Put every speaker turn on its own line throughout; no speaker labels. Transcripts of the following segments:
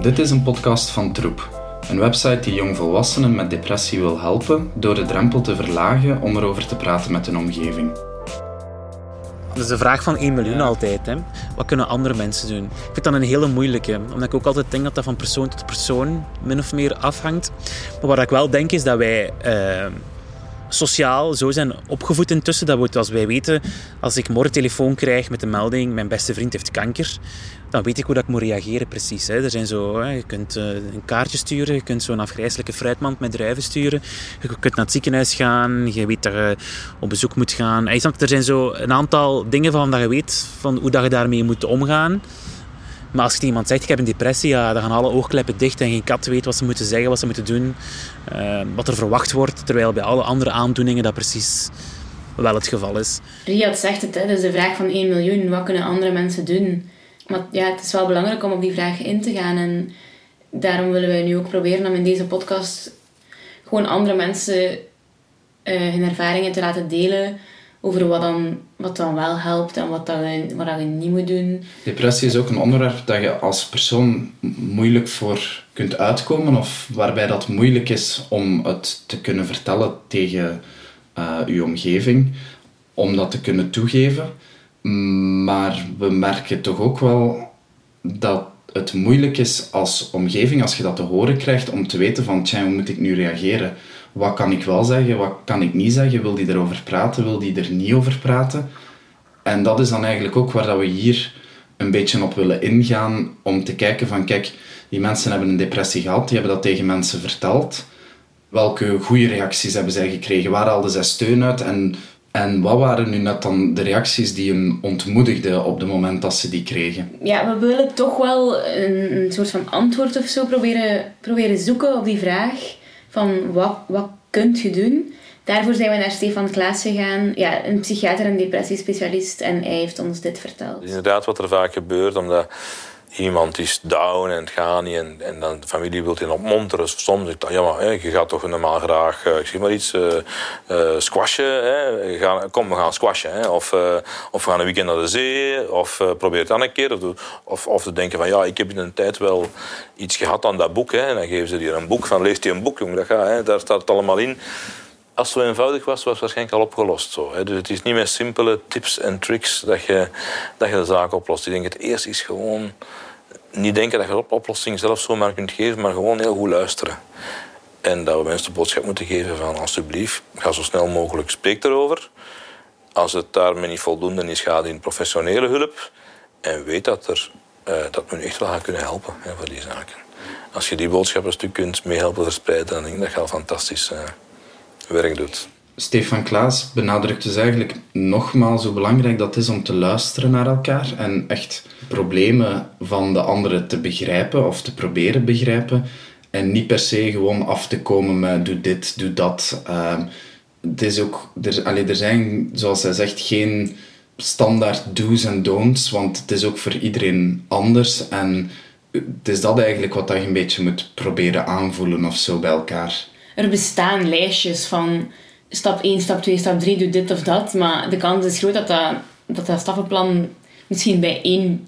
Dit is een podcast van Troep, een website die jongvolwassenen met depressie wil helpen door de drempel te verlagen om erover te praten met hun omgeving.
Dat is de vraag van 1 miljoen altijd. Hè. Wat kunnen andere mensen doen? Ik vind dat een hele moeilijke. Omdat ik ook altijd denk dat dat van persoon tot persoon min of meer afhangt. Maar wat ik wel denk is dat wij sociaal zo zijn opgevoed intussen. Dat als wij weten, als ik morgen telefoon krijg met de melding mijn beste vriend heeft kanker, dan weet ik hoe dat ik moet reageren precies. Hè. Er zijn zo, je kunt een kaartje sturen, je kunt zo'n afgrijselijke fruitmand met druiven sturen, je kunt naar het ziekenhuis gaan, je weet dat je op bezoek moet gaan. Er zijn zo een aantal dingen van dat je weet van hoe dat je daarmee moet omgaan. Maar als je iemand zegt, ik heb een depressie, ja, dan gaan alle oogkleppen dicht en geen kat weet wat ze moeten zeggen, wat ze moeten doen, wat er verwacht wordt, terwijl bij alle andere aandoeningen dat precies wel het geval is.
Riyad zegt het, hè, dat is de vraag van 1 miljoen. Wat kunnen andere mensen doen? Maar ja, het is wel belangrijk om op die vraag in te gaan. En daarom willen wij nu ook proberen om in deze podcast gewoon andere mensen hun ervaringen te laten delen over wat dan wel helpt en wat je niet moet doen.
Depressie is ook een onderwerp dat je als persoon moeilijk voor kunt uitkomen, of waarbij dat moeilijk is om het te kunnen vertellen tegen je omgeving, om dat te kunnen toegeven. Maar we merken toch ook wel dat het moeilijk is als omgeving, als je dat te horen krijgt, om te weten van, hoe moet ik nu reageren? Wat kan ik wel zeggen, wat kan ik niet zeggen? Wil die erover praten, wil die er niet over praten? En dat is dan eigenlijk ook waar dat we hier een beetje op willen ingaan, om te kijken van, kijk, die mensen hebben een depressie gehad, die hebben dat tegen mensen verteld. Welke goede reacties hebben zij gekregen? Waar haalden zij steun uit? En wat waren nu net dan de reacties die hen ontmoedigden op het moment dat ze die kregen?
Ja, we willen toch wel een soort van antwoord of zo proberen zoeken op die vraag van wat kunt je doen? Daarvoor zijn we naar Stefan Klaas gegaan, ja, een psychiater en depressiespecialist, en hij heeft ons dit verteld.
Inderdaad, wat er vaak gebeurt, omdat iemand is down en het gaat niet en dan de familie wil je opmonteren. Soms zegt dat, ja, maar je gaat toch normaal graag, ik zeg maar iets, squashen. Hè? Kom, we gaan squashen. Hè? Of we gaan een weekend naar de zee. Of probeer het dan een keer. Of te denken van, ja, ik heb in een tijd wel iets gehad aan dat boek. Hè? En dan geven ze je een boek van, leest je een boek, jongen, dat gaat, hè? Daar staat het allemaal in. Als het zo eenvoudig was het waarschijnlijk al opgelost. Zo, hè? Dus het is niet met simpele tips en tricks dat je de zaak oplost. Ik denk, het eerste is gewoon niet denken dat je de oplossing zelf zomaar kunt geven, maar gewoon heel goed luisteren. En dat we mensen de boodschap moeten geven van, alsjeblieft, ga zo snel mogelijk, spreek erover. Als het daarmee niet voldoende is, ga in professionele hulp. En weet dat we nu echt wel gaan kunnen helpen, hè, voor die zaken. Als je die boodschap een stuk kunt meehelpen verspreiden, dan denk ik dat je al fantastisch werk doet.
Stefan Klaas benadrukt dus eigenlijk nogmaals hoe belangrijk dat is om te luisteren naar elkaar en echt problemen van de anderen te begrijpen of te proberen begrijpen en niet per se gewoon af te komen met doe dit, doe dat. Het is ook, er zijn, zoals hij zegt, geen standaard do's en don'ts, want het is ook voor iedereen anders en het is dat eigenlijk wat je een beetje moet proberen aanvoelen of zo bij elkaar.
Er bestaan lijstjes van stap 1, stap 2, stap 3, doe dit of dat. Maar de kans is groot dat stappenplan misschien bij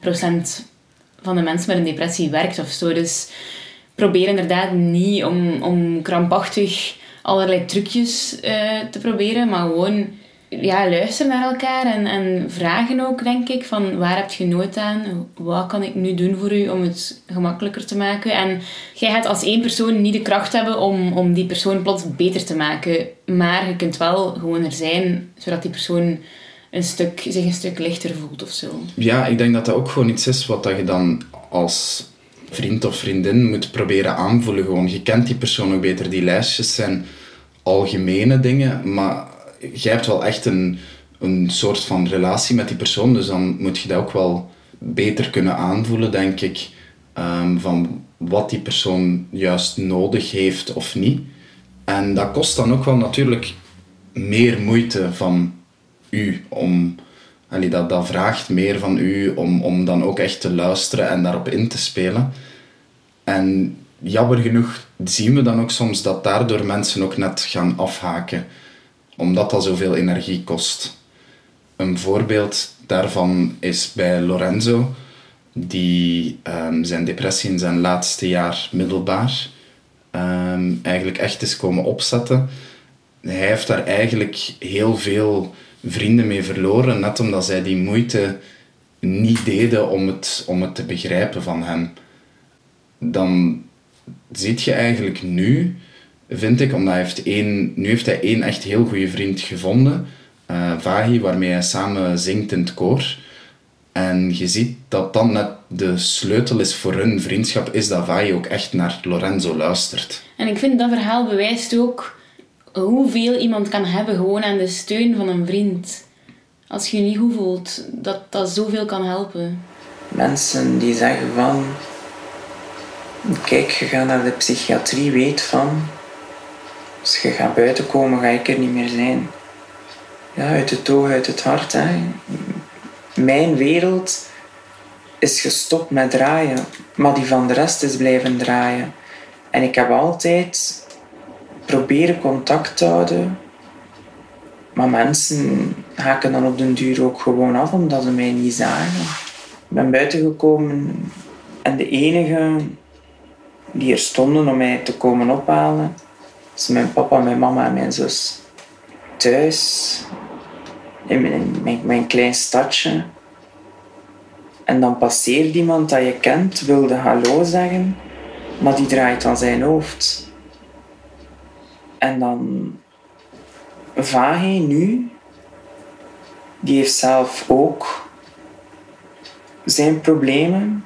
1% van de mensen met een depressie werkt of zo. Dus probeer inderdaad niet om krampachtig allerlei trucjes te proberen. Maar gewoon luisteren naar elkaar en vragen ook, denk ik. Van waar heb je nood aan? Wat kan ik nu doen voor u om het gemakkelijker te maken? En jij gaat als 1 persoon niet de kracht hebben om die persoon plots beter te maken. Maar je kunt wel gewoon er zijn, zodat die persoon zich een stuk lichter voelt of zo. Ja,
ik denk dat dat ook gewoon iets is wat je dan als vriend of vriendin moet proberen aanvoelen. Gewoon. Je kent die persoon ook beter. Die lijstjes zijn algemene dingen, maar jij hebt wel echt een soort van relatie met die persoon, dus dan moet je dat ook wel beter kunnen aanvoelen, denk ik, van wat die persoon juist nodig heeft of niet. En dat kost dan ook wel natuurlijk meer moeite van u dat vraagt meer van u om dan ook echt te luisteren en daarop in te spelen. En jammer genoeg zien we dan ook soms dat daardoor mensen ook net gaan afhaken, omdat dat zoveel energie kost. Een voorbeeld daarvan is bij Lorenzo. die zijn depressie in zijn laatste jaar middelbaar eigenlijk echt is komen opzetten. Hij heeft daar eigenlijk heel veel vrienden mee verloren, net omdat zij die moeite niet deden om het te begrijpen van hem. Dan zie je eigenlijk nu, vind ik, omdat nu heeft hij één echt heel goede vriend gevonden, Vahi, waarmee hij samen zingt in het koor. En je ziet dat dan net de sleutel is voor hun vriendschap, is dat Vahi ook echt naar Lorenzo luistert.
En ik vind dat verhaal bewijst ook hoeveel iemand kan hebben gewoon aan de steun van een vriend. Als je je niet goed voelt, dat zoveel kan helpen.
Mensen die zeggen van... Kijk, je gaat naar de psychiatrie, weet van... Als je gaat buiten komen, ga ik er niet meer zijn. Ja, uit het oog, uit het hart. Hè. Mijn wereld is gestopt met draaien. Maar die van de rest is blijven draaien. En ik heb altijd proberen contact te houden. Maar mensen haken dan op den duur ook gewoon af, omdat ze mij niet zagen. Ik ben buiten gekomen en de enige die er stonden om mij te komen ophalen, is mijn papa, mijn mama en mijn zus. Thuis, in mijn klein stadje. En dan passeert iemand dat je kent, wilde hallo zeggen, maar die draait aan zijn hoofd. En dan Vahi nu, die heeft zelf ook zijn problemen.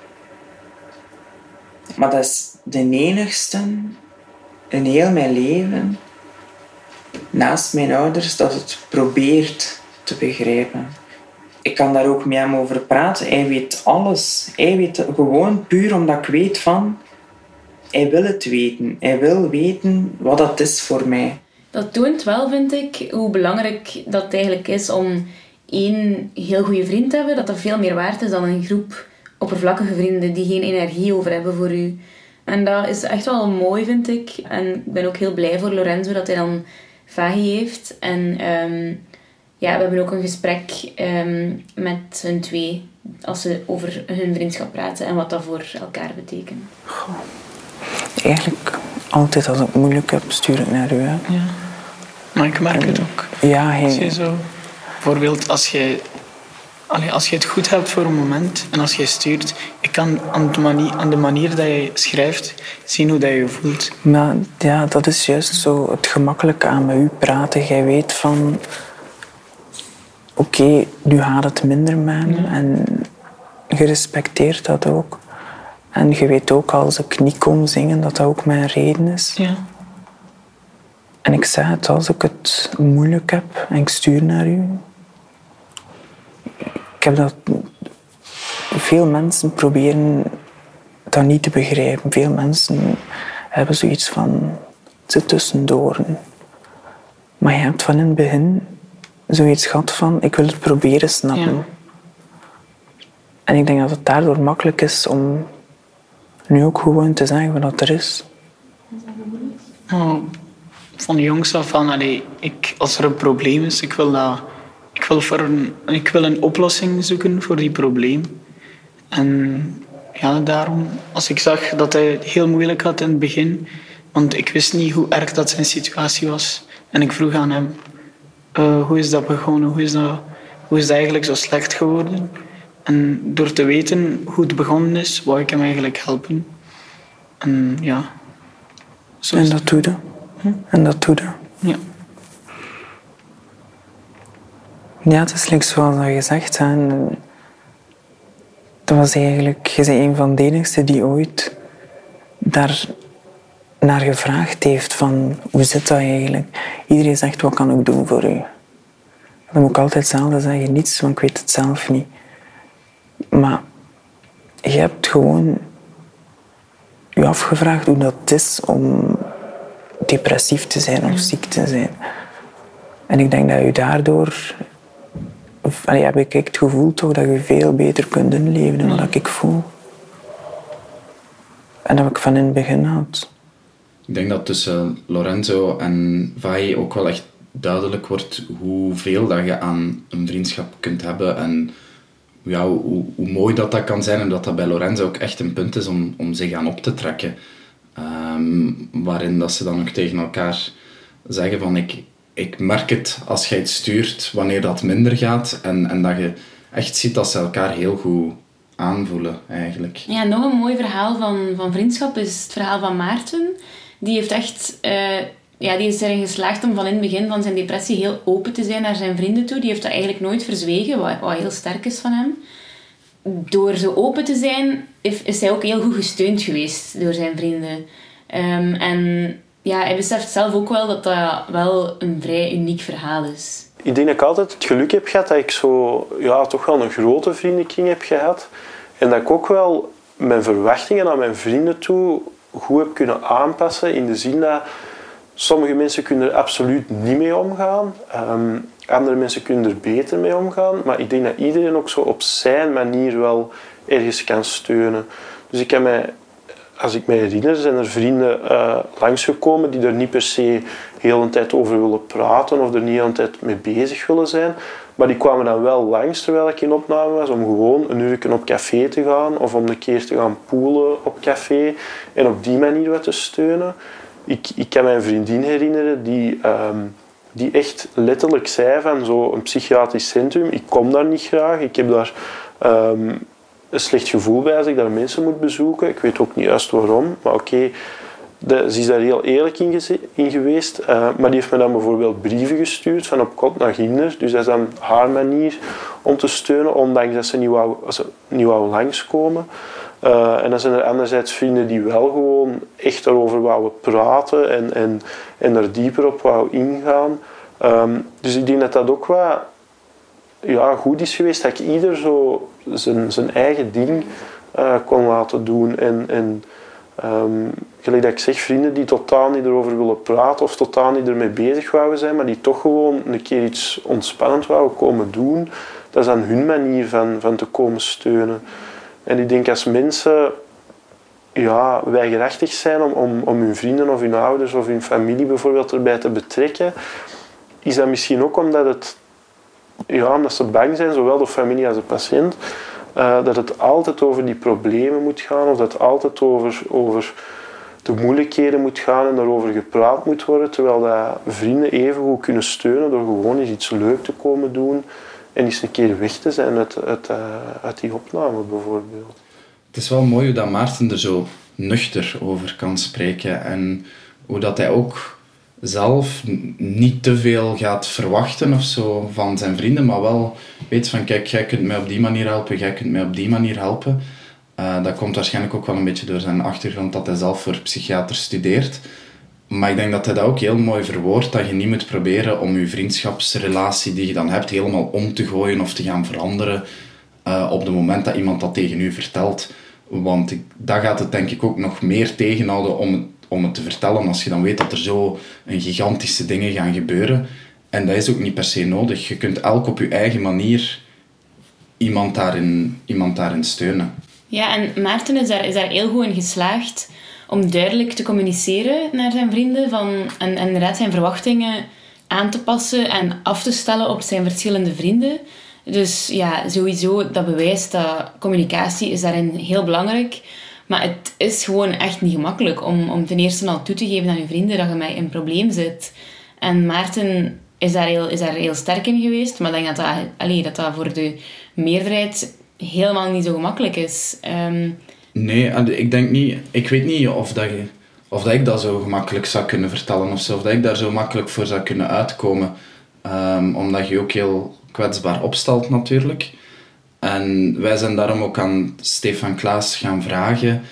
Maar dat is de enigste in heel mijn leven, naast mijn ouders, dat het probeert te begrijpen. Ik kan daar ook met hem over praten. Hij weet alles. Hij weet gewoon puur omdat ik weet van... Hij wil het weten. Hij wil weten wat dat is voor mij.
Dat toont wel, vind ik, hoe belangrijk dat eigenlijk is om één heel goede vriend te hebben. Dat dat veel meer waard is dan een groep oppervlakkige vrienden die geen energie over hebben voor u. En dat is echt wel mooi, vind ik. En ik ben ook heel blij voor Lorenzo dat hij dan Vahi heeft. En we hebben ook een gesprek met hun twee als ze over hun vriendschap praten en wat dat voor elkaar betekent.
Goh. Eigenlijk altijd als ik het moeilijk heb, stuur ik naar u. Hè.
Ja. Maar ik merk het ook.
Ja,
Als je zo, bijvoorbeeld als je het goed hebt voor een moment en als je stuurt, ik kan aan de manier dat je schrijft zien hoe dat je je voelt.
Maar ja, dat is juist zo het gemakkelijke aan met u praten. Jij weet van... Oké, nu gaat het minder met me en je respecteert dat ook. En je weet ook als ik niet kon zingen dat dat ook mijn reden is.
Ja.
En ik zeg het, als ik het moeilijk heb en ik stuur naar u. Ik heb dat... Veel mensen proberen dat niet te begrijpen. Veel mensen hebben zoiets van... Het zit tussendoor. Maar je hebt van in het begin zoiets gehad van... Ik wil het proberen snappen. Ja. En ik denk dat het daardoor makkelijk is om... Nu ook gewoon te zeggen wat er is.
Van jongs af aan, als er een probleem is, ik wil een oplossing zoeken voor die probleem. En ja, daarom, als ik zag dat hij het heel moeilijk had in het begin, want ik wist niet hoe erg dat zijn situatie was. En ik vroeg aan hem, hoe is dat begonnen? Hoe is dat eigenlijk zo slecht geworden? En door te weten hoe het begonnen is, wou ik hem eigenlijk helpen. En ja.
En dat doe je. En dat doe je.
Ja.
Ja, het is like zoals je zegt. En dat was eigenlijk... Je bent een van de enigsten die ooit daar naar gevraagd heeft van... Hoe zit dat eigenlijk? Iedereen zegt, wat kan ik doen voor u? Dan moet ik altijd hetzelfde zeggen. Niets, want ik weet het zelf niet. Maar je hebt gewoon je afgevraagd hoe dat is om depressief te zijn of ziek te zijn. En ik denk dat je daardoor... heb ik het gevoel toch dat je veel beter kunt inleven dan wat ik voel. En dat heb ik van in het begin had.
Ik denk dat tussen Lorenzo en Vahi ook wel echt duidelijk wordt hoeveel dat je aan een vriendschap kunt hebben en hoe mooi dat kan zijn en dat bij Lorenza ook echt een punt is om zich aan op te trekken. Waarin dat ze dan ook tegen elkaar zeggen van ik merk het als jij het stuurt wanneer dat minder gaat en dat je echt ziet dat ze elkaar heel goed aanvoelen eigenlijk.
Ja, nog een mooi verhaal van vriendschap is het verhaal van Maarten. Die heeft echt... die is erin geslaagd om van in het begin van zijn depressie heel open te zijn naar zijn vrienden toe. Die heeft dat eigenlijk nooit verzwegen, wat heel sterk is van hem. Door zo open te zijn, is hij ook heel goed gesteund geweest door zijn vrienden. Hij beseft zelf ook wel dat dat wel een vrij uniek verhaal is.
Ik denk dat ik altijd het geluk heb gehad dat ik toch wel een grote vriendenkring heb gehad. En dat ik ook wel mijn verwachtingen aan mijn vrienden toe goed heb kunnen aanpassen. In de zin dat sommige mensen kunnen er absoluut niet mee omgaan. Andere mensen kunnen er beter mee omgaan. Maar ik denk dat iedereen ook zo op zijn manier wel ergens kan steunen. Dus ik kan mij... Als ik me herinner, zijn er vrienden langsgekomen die er niet per se heel een tijd over willen praten of er niet heel een tijd mee bezig willen zijn. Maar die kwamen dan wel langs terwijl ik in opname was om gewoon een uurtje op café te gaan of om een keer te gaan poelen op café en op die manier wat te steunen. Ik kan mij een vriendin herinneren die echt letterlijk zei van zo'n psychiatrisch centrum, ik kom daar niet graag, ik heb daar... een slecht gevoel bij als ik daar mensen moet bezoeken. Ik weet ook niet juist waarom, maar oké, ze is daar heel eerlijk in geweest. Maar die heeft me dan bijvoorbeeld brieven gestuurd van op kot naar ginder. Dus dat is dan haar manier om te steunen, ondanks dat ze niet wou langskomen. En dan zijn er anderzijds vrienden die wel gewoon echt daarover wouden praten en er dieper op wouden ingaan. Dus ik denk dat dat ook wat goed is geweest, dat ik ieder zo zijn eigen ding kon laten doen. En gelijk dat ik zeg, vrienden die totaal niet erover willen praten of totaal niet ermee bezig wouden zijn, maar die toch gewoon een keer iets ontspannend wouden komen doen, dat is dan hun manier van te komen steunen. En ik denk als mensen weigerachtig zijn om hun vrienden of hun ouders of hun familie bijvoorbeeld erbij te betrekken, is dat misschien ook omdat ze bang zijn, zowel de familie als de patiënt, dat het altijd over die problemen moet gaan of dat het altijd over de moeilijkheden moet gaan en daarover gepraat moet worden, terwijl dat vrienden even goed kunnen steunen door gewoon eens iets leuk te komen doen en eens een keer weg te zijn uit die opname bijvoorbeeld.
Het is wel mooi hoe dat Maarten er zo nuchter over kan spreken en hoe dat hij ook zelf niet te veel gaat verwachten of zo van zijn vrienden, maar wel weet van kijk, jij kunt mij op die manier helpen, jij kunt mij op die manier helpen. Dat komt waarschijnlijk ook wel een beetje door zijn achtergrond dat hij zelf voor psychiater studeert. Maar ik denk dat hij dat ook heel mooi verwoordt, dat je niet moet proberen om je vriendschapsrelatie die je dan hebt helemaal om te gooien of te gaan veranderen op het moment dat iemand dat tegen u vertelt. Want dat gaat het denk ik ook nog meer tegenhouden om het te vertellen als je dan weet dat er zo een gigantische dingen gaan gebeuren. En dat is ook niet per se nodig. Je kunt elk op je eigen manier iemand daarin steunen.
Ja, en Maarten is daar heel goed in geslaagd om duidelijk te communiceren naar zijn vrienden en inderdaad zijn verwachtingen aan te passen en af te stellen op zijn verschillende vrienden. Dus ja, sowieso, dat bewijst dat communicatie is daarin heel belangrijk. Maar het is gewoon echt niet gemakkelijk om ten eerste al toe te geven aan je vrienden dat je met een probleem zit. En Maarten is daar heel sterk in geweest, maar ik denk dat dat voor de meerderheid helemaal niet zo gemakkelijk is.
Nee, ik denk niet... Ik weet niet of dat ik dat zo gemakkelijk zou kunnen vertellen of zo, of dat ik daar zo makkelijk voor zou kunnen uitkomen. Omdat je ook heel kwetsbaar opstelt natuurlijk. En wij zijn daarom ook aan Stefan Klaas gaan vragen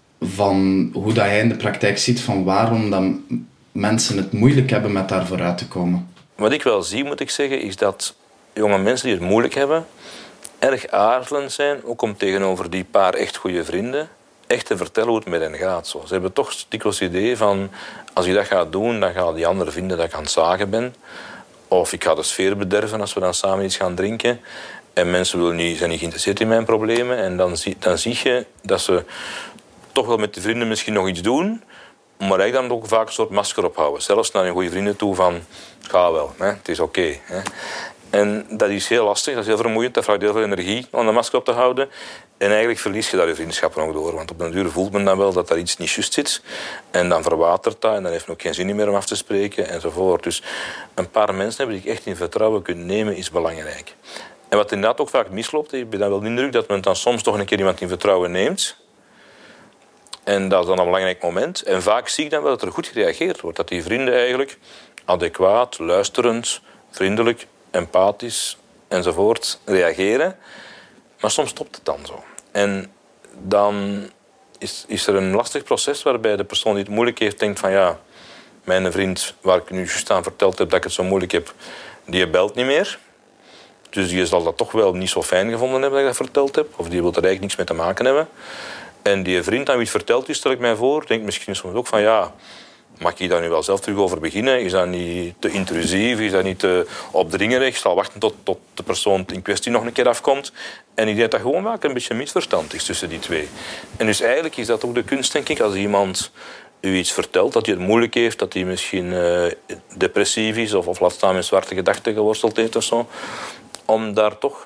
van hoe dat hij in de praktijk ziet van waarom dat mensen het moeilijk hebben met daar vooruit te komen.
Wat ik wel zie, moet ik zeggen, is dat jonge mensen die het moeilijk hebben, erg aarzelend zijn, ook om tegenover die paar echt goede vrienden, echt te vertellen hoe het met hen gaat. Zo. Ze hebben toch dikwijls het idee van, als je dat gaat doen, dan gaan die anderen vinden dat ik aan het zagen ben. Of ik ga de sfeer bederven als we dan samen iets gaan drinken. En mensen zijn niet geïnteresseerd in mijn problemen. En dan zie je dat ze toch wel met de vrienden misschien nog iets doen, maar ik dan ook vaak een soort masker ophouden. Zelfs naar hun goede vrienden toe van, ga wel, hè, het is oké. En dat is heel lastig, dat is heel vermoeiend. Dat vraagt heel veel energie om de masker op te houden. En eigenlijk verlies je daar je vriendschappen nog door. Want op den duur voelt men dan wel dat daar iets niet juist zit. En dan verwatert dat en dan heeft men ook geen zin meer om af te spreken enzovoort. Dus een paar mensen hebben die je echt in vertrouwen kunt nemen is belangrijk. En wat inderdaad ook vaak misloopt, ik ben dan wel de indruk dat men dan soms toch een keer iemand in vertrouwen neemt. En dat is dan een belangrijk moment. En vaak zie ik dan wel dat er goed gereageerd wordt. Dat die vrienden eigenlijk adequaat, luisterend, vriendelijk, empathisch enzovoort reageren. Maar soms stopt het dan zo. En dan is er een lastig proces waarbij de persoon die het moeilijk heeft denkt van ja, mijn vriend waar ik nu juist aan verteld heb dat ik het zo moeilijk heb, die belt niet meer. Dus die zal dat toch wel niet zo fijn gevonden hebben dat ik dat verteld heb. Of die wil er eigenlijk niks mee te maken hebben. En die vriend aan wie het verteld is, stel ik mij voor, denkt misschien soms ook van ja, mag ik daar nu wel zelf terug over beginnen? Is dat niet te intrusief? Is dat niet te opdringerig? Ik zal wachten tot de persoon in kwestie nog een keer afkomt. En ik denk dat dat gewoon vaak een beetje misverstand is tussen die twee. En dus eigenlijk is dat ook de kunst, denk ik, als iemand u iets vertelt, dat hij het moeilijk heeft, dat hij misschien depressief is of laat staan met zwarte gedachten geworsteld heeft of zo, om daar toch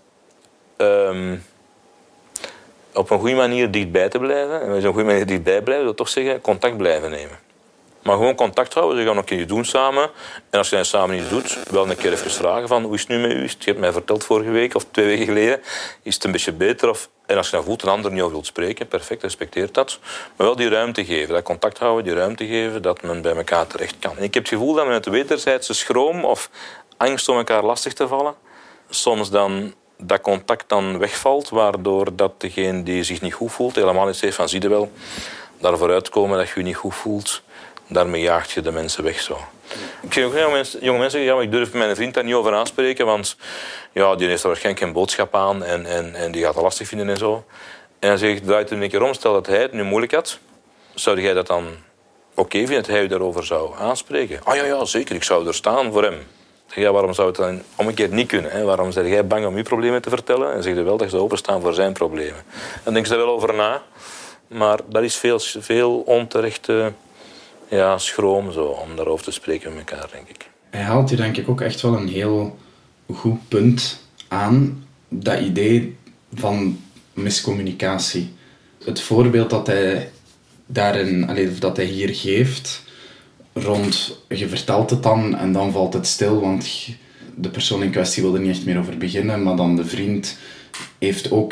op een goede manier dichtbij te blijven. En als je op een goede manier dichtbij blijven, wil toch zeggen contact blijven nemen. Maar gewoon contact houden, ze gaan een keer doen samen. En als je dat samen niet doet, wel een keer even vragen van hoe is het nu met u? Je hebt mij verteld vorige week of 2 weken geleden. Is het een beetje beter? En als je dan voelt een ander niet over wilt spreken, perfect, respecteert dat. Maar wel die ruimte geven, dat contact houden, die ruimte geven, dat men bij elkaar terecht kan. En ik heb het gevoel dat men uit de wederzijdse schroom of angst om elkaar lastig te vallen, soms dan dat contact dan wegvalt, waardoor dat degene die zich niet goed voelt helemaal iets heeft van zie je wel, daarvoor uitkomen dat je je niet goed voelt. Daarmee jaagt je de mensen weg. Zo. Ik zie ook jonge mensen zeggen, ja, maar ik durf mijn vriend daar niet over aanspreken, want ja, die heeft er waarschijnlijk geen boodschap aan en die gaat het lastig vinden en zo. En dan zeg ik, draai het een keer om, stel dat hij het nu moeilijk had, zou jij dat dan oké vinden dat hij u daarover zou aanspreken? Ah ja, zeker, ik zou er staan voor hem. Zeg, ja, waarom zou het dan omgekeerd niet kunnen? Hè? Waarom ben jij bang om je problemen te vertellen? En zeg je wel dat je zou openstaan voor zijn problemen. Dan denk je er wel over na, maar dat is veel onterechte schroom zo, om daarover te spreken met elkaar, denk ik.
Hij haalt hier denk ik ook echt wel een heel goed punt aan, dat idee van miscommunicatie. Het voorbeeld dat hij dat hij hier geeft, rond je vertelt het dan en dan valt het stil, want de persoon in kwestie wil er niet echt meer over beginnen, maar dan de vriend heeft ook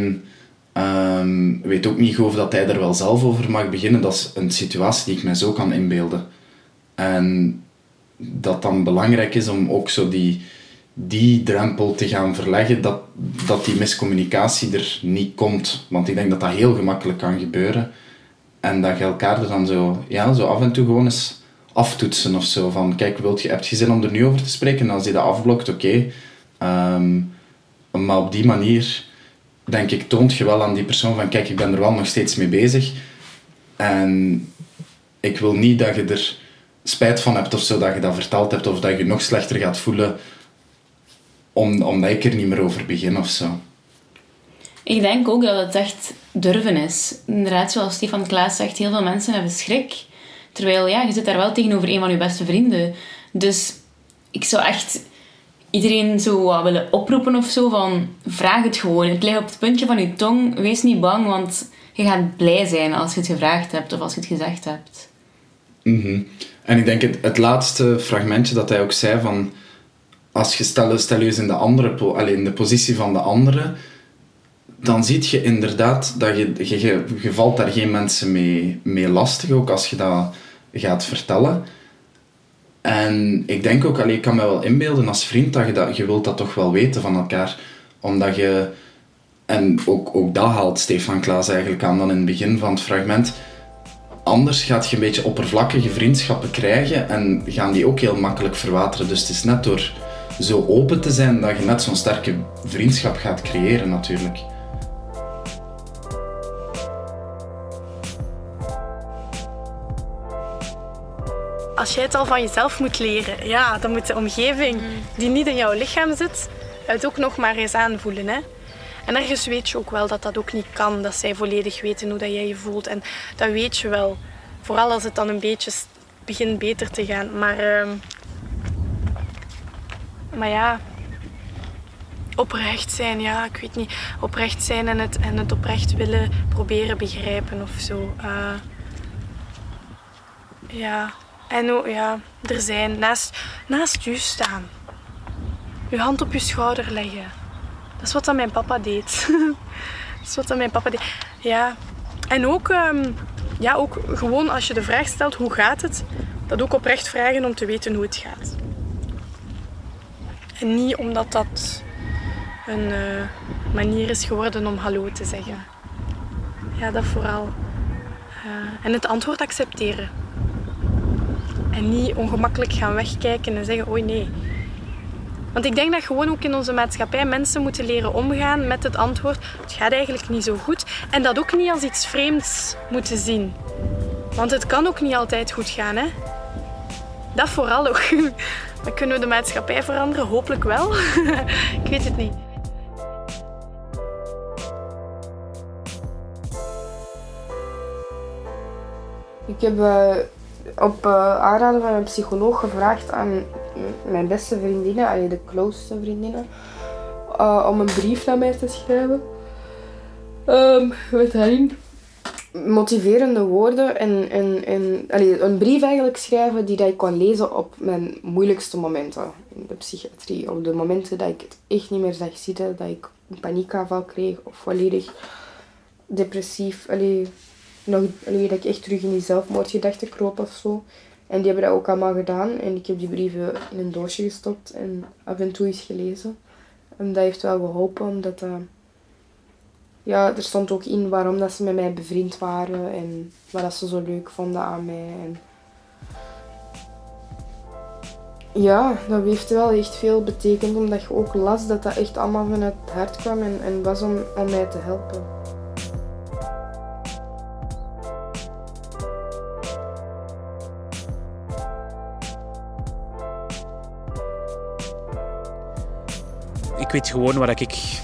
weet ook niet of dat hij er wel zelf over mag beginnen. Dat is een situatie die ik mij zo kan inbeelden. En dat dan belangrijk is om ook zo die drempel te gaan verleggen, dat die miscommunicatie er niet komt. Want ik denk dat dat heel gemakkelijk kan gebeuren. En dat je elkaar er dan zo af en toe gewoon eens aftoetsen of zo. Van, kijk, heb je zin om er nu over te spreken? En als die dat afblokt, oké. Maar op die manier, denk ik, toont je wel aan die persoon van, kijk, ik ben er wel nog steeds mee bezig. En ik wil niet dat je er spijt van hebt of zo, dat je dat verteld hebt, of dat je je nog slechter gaat voelen omdat ik er niet meer over begin of zo.
Ik denk ook dat het echt durven is. Inderdaad, zoals Stefan Klaas zegt, heel veel mensen hebben schrik. Terwijl, ja, je zit daar wel tegenover een van je beste vrienden. Dus ik zou echt iedereen zo willen oproepen of zo van, vraag het gewoon. Het ligt op het puntje van je tong. Wees niet bang, want je gaat blij zijn als je het gevraagd hebt of als je het gezegd hebt.
Mm-hmm. En ik denk het laatste fragmentje dat hij ook zei van, als je stel je eens in de positie van de andere, dan zie je inderdaad dat je valt daar geen mensen mee lastig, ook als je dat gaat vertellen. En ik denk ook, ik kan me wel inbeelden als vriend dat je wilt dat toch wel weten van elkaar, omdat je, en ook dat haalt Stefan Klaas eigenlijk aan dan in het begin van het fragment, anders gaat je een beetje oppervlakkige vriendschappen krijgen en gaan die ook heel makkelijk verwateren. Dus het is net door zo open te zijn dat je net zo'n sterke vriendschap gaat creëren natuurlijk.
Als jij het al van jezelf moet leren, ja, dan moet de omgeving die niet in jouw lichaam zit, het ook nog maar eens aanvoelen. Hè? En ergens weet je ook wel dat dat ook niet kan, dat zij volledig weten hoe dat jij je voelt. En dat weet je wel. Vooral als het dan een beetje begint beter te gaan. Maar ja, Oprecht zijn, ja, ik weet niet. Oprecht zijn en het oprecht willen proberen begrijpen of zo. Ja. En er zijn naast u staan. Uw hand op uw schouder leggen. Dat is wat mijn papa deed. Ja. En ook gewoon als je de vraag stelt hoe gaat het, dat ook oprecht vragen om te weten hoe het gaat. En niet omdat dat een manier is geworden om hallo te zeggen. Ja, dat vooral. En het antwoord accepteren. En niet ongemakkelijk gaan wegkijken en zeggen, oei nee. Want ik denk dat gewoon ook in onze maatschappij mensen moeten leren omgaan met het antwoord, het gaat eigenlijk niet zo goed. En dat ook niet als iets vreemds moeten zien. Want het kan ook niet altijd goed gaan, hè. Dat vooral ook. Maar kunnen we de maatschappij veranderen? Hopelijk wel. Ik weet het niet.
Ik heb op aanraden van mijn psycholoog gevraagd aan mijn beste vriendinnen, de closeste vriendinnen, om een brief naar mij te schrijven. Met daarin motiverende woorden en een brief eigenlijk schrijven die dat ik kon lezen op mijn moeilijkste momenten in de psychiatrie. Op de momenten dat ik het echt niet meer zag zitten, dat ik een paniekaanval kreeg of volledig depressief, dat ik echt terug in die zelfmoordgedachten kroop of zo. En die hebben dat ook allemaal gedaan. En ik heb die brieven in een doosje gestopt en af en toe eens gelezen. En dat heeft wel geholpen, omdat er stond ook in waarom dat ze met mij bevriend waren en wat dat ze zo leuk vonden aan mij. En ja, dat heeft wel echt veel betekend, omdat je ook las dat dat echt allemaal vanuit het hart kwam en was om mij te helpen.
Ik weet gewoon wat ik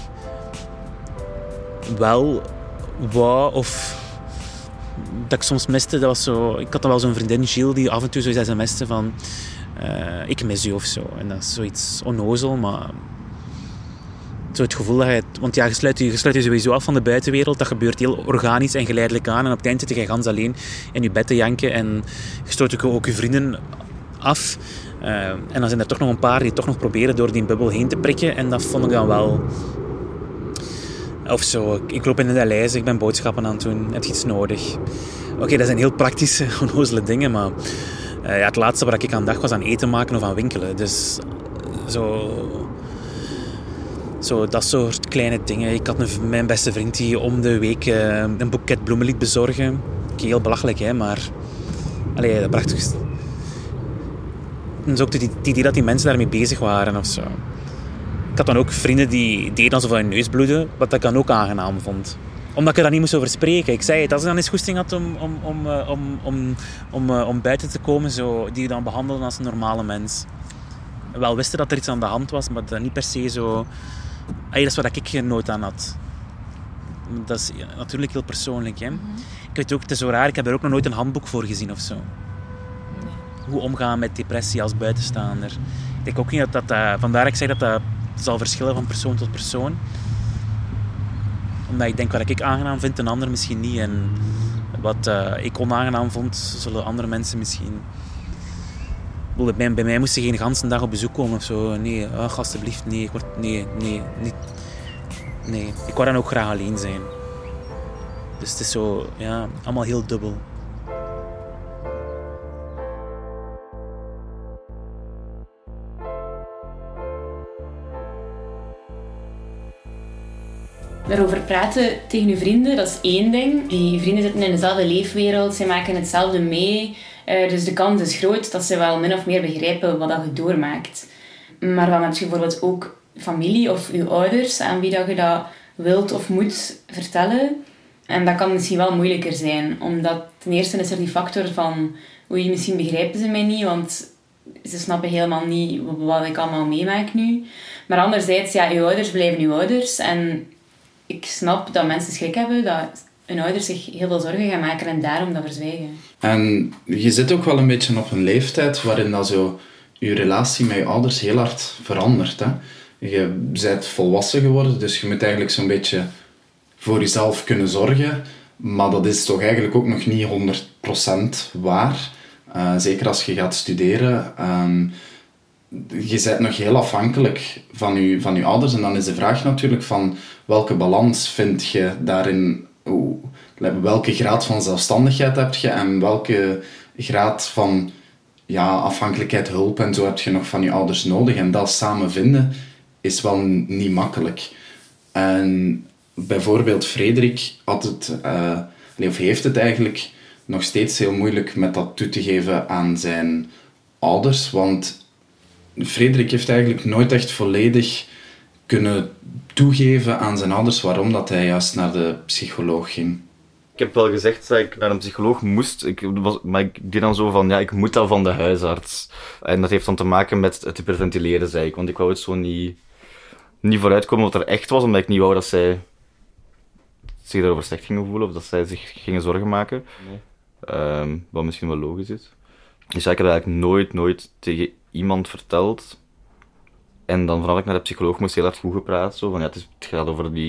wel wou of dat ik soms miste. Dat was zo, ik had dan wel zo'n vriendin, Gilles, die af en toe zo sms'te van ik mis u of zo. En dat is zoiets onnozel, maar zo het gevoel dat je... Want ja, je sluit je sowieso af van de buitenwereld. Dat gebeurt heel organisch en geleidelijk aan. En op het eind zit je gans alleen in je bed te janken. En je stoot ook je vrienden af. En dan zijn er toch nog een paar die toch nog proberen door die bubbel heen te prikken. En dat vond ik dan wel... Of zo, ik loop in de lijst, ik ben boodschappen aan het doen. Heb je iets nodig? Oké, dat zijn heel praktische, onnozele dingen, maar... het laatste waar ik aan dacht was aan eten maken of aan winkelen. Dus zo dat soort kleine dingen. Ik had mijn beste vriend die om de week een boeket bloemen liet bezorgen. Okay, heel belachelijk, hè, maar... dat bracht... Dus ook het idee dat die mensen daarmee bezig waren of zo. Ik had dan ook vrienden die deden alsof hun neus bloedde, wat ik dan ook aangenaam vond. Omdat ik er dan niet moest over spreken. Ik zei het, als ik dan eens goesting had om buiten te komen, zo, die je dan behandelden als een normale mens. Wel wisten dat er iets aan de hand was, maar dat niet per se zo... dat is wat ik nood aan had. Dat is natuurlijk heel persoonlijk. Hè? Mm-hmm. Ik weet ook, het is zo raar, ik heb er ook nog nooit een handboek voor gezien of zo. Nee. Hoe omgaan met depressie als buitenstaander. Ik denk ook niet dat vandaar ik zeg dat zal verschillen van persoon tot persoon. Omdat ik denk wat ik aangenaam vind, een ander misschien niet. En wat ik onaangenaam vond, zullen andere mensen misschien... Bij mij moest ze geen ganse dag op bezoek komen of zo. Nee, alsjeblieft, nee. Nee, ik wou dan ook graag alleen zijn. Dus het is zo, ja, allemaal heel dubbel.
Daarover praten tegen je vrienden, dat is één ding. Die vrienden zitten in dezelfde leefwereld, ze maken hetzelfde mee. Dus de kans is groot dat ze wel min of meer begrijpen wat dat je doormaakt. Maar dan heb je bijvoorbeeld ook familie of je ouders aan wie dat je dat wilt of moet vertellen. En dat kan misschien wel moeilijker zijn. Omdat ten eerste is er die factor van... Oei, misschien begrijpen ze mij niet, want ze snappen helemaal niet wat ik allemaal meemaak nu. Maar anderzijds, ja, je ouders blijven je ouders. En ik snap dat mensen schrik hebben dat hun ouders zich heel veel zorgen gaan maken en daarom dat verzwijgen.
En je zit ook wel een beetje op een leeftijd waarin dat zo je relatie met je ouders heel hard verandert. Hè? Je bent volwassen geworden, dus je moet eigenlijk zo'n beetje voor jezelf kunnen zorgen. Maar dat is toch eigenlijk ook nog niet 100% waar. Zeker als je gaat studeren. Je bent nog heel afhankelijk van je ouders. En dan is de vraag natuurlijk van welke balans vind je daarin... Welke graad van zelfstandigheid heb je en welke graad van afhankelijkheid, hulp en zo heb je nog van je ouders nodig. En dat samen vinden is wel niet makkelijk. En bijvoorbeeld Frederik heeft het eigenlijk nog steeds heel moeilijk met dat toe te geven aan zijn ouders. Want Frederik heeft eigenlijk nooit echt volledig kunnen toegeven aan zijn ouders waarom dat hij juist naar de psycholoog ging.
Ik heb wel gezegd dat ik naar een psycholoog moest, maar ik deed dan zo van, ik moet dat van de huisarts. En dat heeft dan te maken met het hyperventileren, zei ik. Want ik wou het zo niet vooruitkomen wat er echt was, omdat ik niet wou dat zij zich daarover slecht gingen voelen, of dat zij zich gingen zorgen maken. Nee. Wat misschien wel logisch is. Dus ik heb dat eigenlijk nooit tegen iemand verteld. En dan vanaf ik naar de psycholoog moest, heel hard goed gepraat. Zo, van, het gaat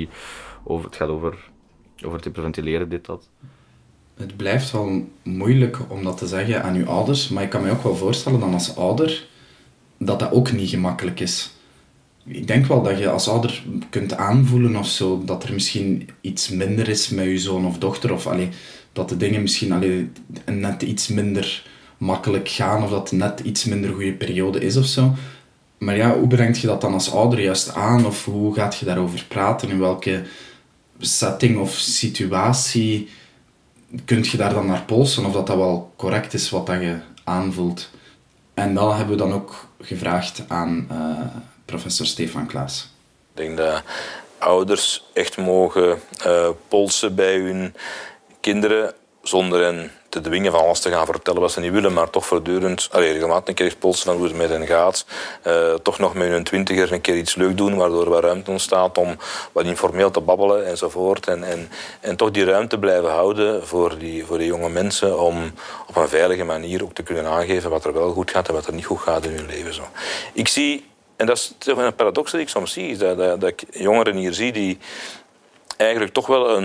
over het hyperventileren, dit, dat.
Het blijft wel moeilijk om dat te zeggen aan je ouders, maar ik kan me ook wel voorstellen dat als ouder dat ook niet gemakkelijk is. Ik denk wel dat je als ouder kunt aanvoelen of zo, dat er misschien iets minder is met je zoon of dochter, of dat de dingen misschien net iets minder makkelijk gaan, of dat het net iets minder goede periode is of zo. Maar hoe brengt je dat dan als ouder juist aan, of hoe gaat je daarover praten, in welke setting of situatie kun je daar dan naar polsen, of dat wel correct is wat dat je aanvoelt. En dat hebben we dan ook gevraagd aan professor Stefan Klaas.
Ik denk dat ouders echt mogen polsen bij hun kinderen zonder hen te dwingen van alles te gaan vertellen wat ze niet willen, maar toch voortdurend, regelmatig een keer polsen van hoe het met hen gaat. Toch nog met hun 20er een keer iets leuk doen, waardoor er wat ruimte ontstaat om wat informeel te babbelen enzovoort. En toch die ruimte blijven houden voor die jonge mensen om op een veilige manier ook te kunnen aangeven wat er wel goed gaat en wat er niet goed gaat in hun leven. Zo. Ik zie, en dat is toch een paradox dat ik soms zie, is dat ik jongeren hier zie die eigenlijk toch wel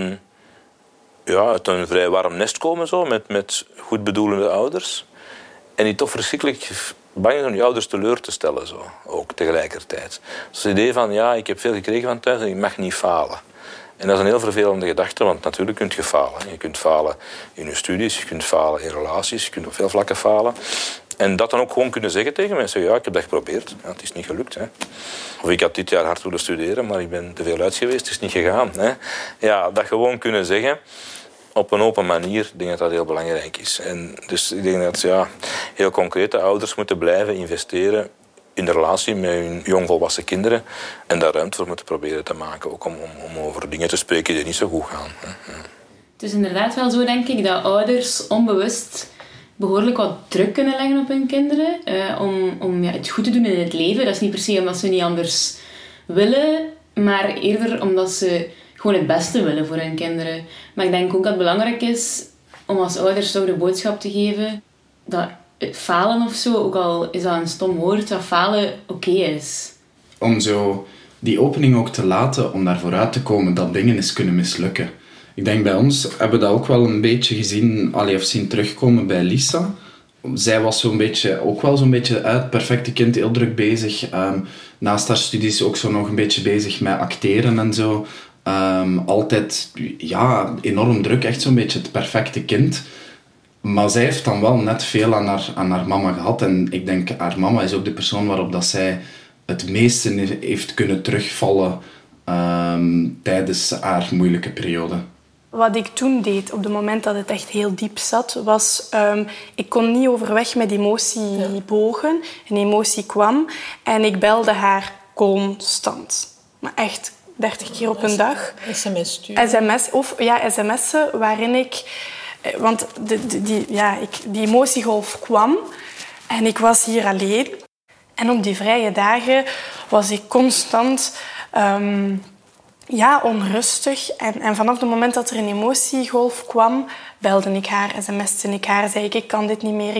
uit een vrij warm nest komen, zo, met goed bedoelende ouders. En die toch verschrikkelijk bang zijn om die ouders teleur te stellen, zo, ook tegelijkertijd. Dus het idee van, ik heb veel gekregen van thuis en ik mag niet falen. En dat is een heel vervelende gedachte, want natuurlijk kun je falen. Je kunt falen in je studies, je kunt falen in relaties, je kunt op veel vlakken falen. En dat dan ook gewoon kunnen zeggen tegen mensen. Ik heb dat geprobeerd, het is niet gelukt. Hè. Of ik had dit jaar hard willen studeren, maar ik ben te veel uit geweest, het is niet gegaan. Hè. Ja, dat gewoon kunnen zeggen op een open manier, ik denk dat dat heel belangrijk is. En dus ik denk dat heel concrete ouders moeten blijven investeren in de relatie met hun jongvolwassen kinderen en daar ruimte voor moeten proberen te maken, ook om over dingen te spreken die niet zo goed gaan. Hè. Ja.
Het is inderdaad wel zo, denk ik, dat ouders onbewust behoorlijk wat druk kunnen leggen op hun kinderen om het goed te doen in het leven. Dat is niet per se omdat ze niet anders willen, maar eerder omdat ze gewoon het beste willen voor hun kinderen. Maar ik denk ook dat het belangrijk is om als ouders toch de boodschap te geven dat het falen of zo, ook al is dat een stom woord, dat falen oké is.
Om zo die opening ook te laten om daar vooruit te komen dat dingen eens kunnen mislukken. Ik denk bij ons hebben we dat ook wel een beetje gezien, of zien terugkomen bij Lisa. Zij was ook wel zo'n beetje het perfecte kind, heel druk bezig. Naast haar studies ook zo nog een beetje bezig met acteren en zo. Altijd enorm druk, echt zo'n beetje het perfecte kind. Maar zij heeft dan wel net veel aan haar mama gehad. En ik denk, haar mama is ook de persoon waarop dat zij het meeste heeft kunnen terugvallen tijdens haar moeilijke periode.
Wat ik toen deed, op het moment dat het echt heel diep zat, was... ik kon niet overweg met emotiebogen. Een emotie kwam en ik belde haar constant. Maar echt 30 keer op een dag.
SMS sturen.
SMS'en waarin ik... Want die emotiegolf kwam en ik was hier alleen. En op die vrije dagen was ik constant ja, onrustig. En vanaf het moment dat er een emotiegolf kwam, belde ik haar, sms'te ik haar, zei ik kan dit niet meer,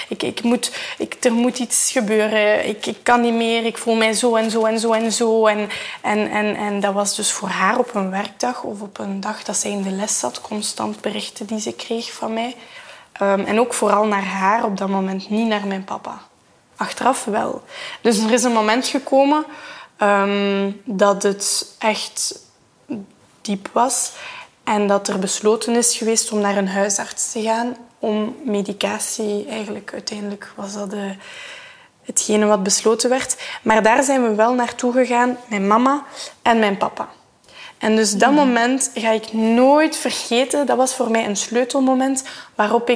er moet iets gebeuren, ik kan niet meer, ik voel mij zo en zo en zo en zo. En dat was dus voor haar op een werkdag of op een dag dat zij in de les zat, constant berichten die ze kreeg van mij. En ook vooral naar haar op dat moment, niet naar mijn papa. Achteraf wel. Dus er is een moment gekomen dat het echt diep was en dat er besloten is geweest om naar een huisarts te gaan om medicatie. Eigenlijk uiteindelijk was dat hetgene wat besloten werd. Maar daar zijn we wel naartoe gegaan, mijn mama en mijn papa. En dus dat moment ga ik nooit vergeten. Dat was voor mij een sleutelmoment waarop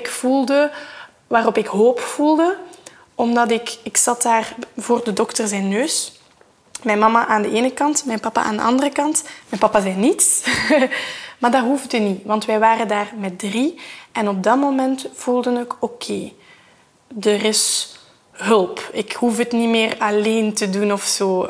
ik hoop voelde. Omdat ik zat daar voor de dokter zijn neus. Mijn mama aan de ene kant, mijn papa aan de andere kant. Mijn papa zei niets. Maar dat hoefde niet, want wij waren daar met 3. En op dat moment voelde ik, oké, er is hulp. Ik hoef het niet meer alleen te doen of zo.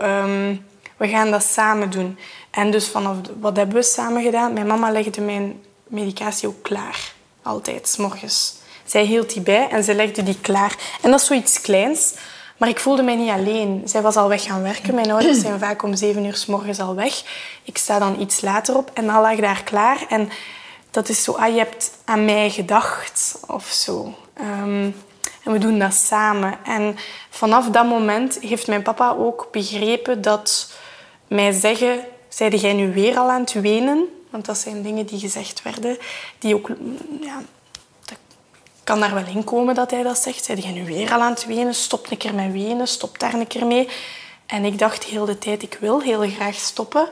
We gaan dat samen doen. En dus wat hebben we samen gedaan? Mijn mama legde mijn medicatie ook klaar. Altijd, 's morgens. Zij hield die bij en ze legde die klaar. En dat is zoiets kleins. Maar ik voelde mij niet alleen. Zij was al weg gaan werken. Mijn ouders zijn vaak om 7 uur 's morgens al weg. Ik sta dan iets later op en dan lag daar klaar. En dat is zo, je hebt aan mij gedacht of zo. En we doen dat samen. En vanaf dat moment heeft mijn papa ook begrepen dat mij zeggen... Zeide jij nu weer al aan het wenen? Want dat zijn dingen die gezegd werden. Die ook... Ja, dat kan daar wel in komen dat hij dat zegt. Zeide jij nu weer al aan het wenen? Stop een keer met wenen. Stop daar een keer mee. En ik dacht heel de tijd, ik wil heel graag stoppen.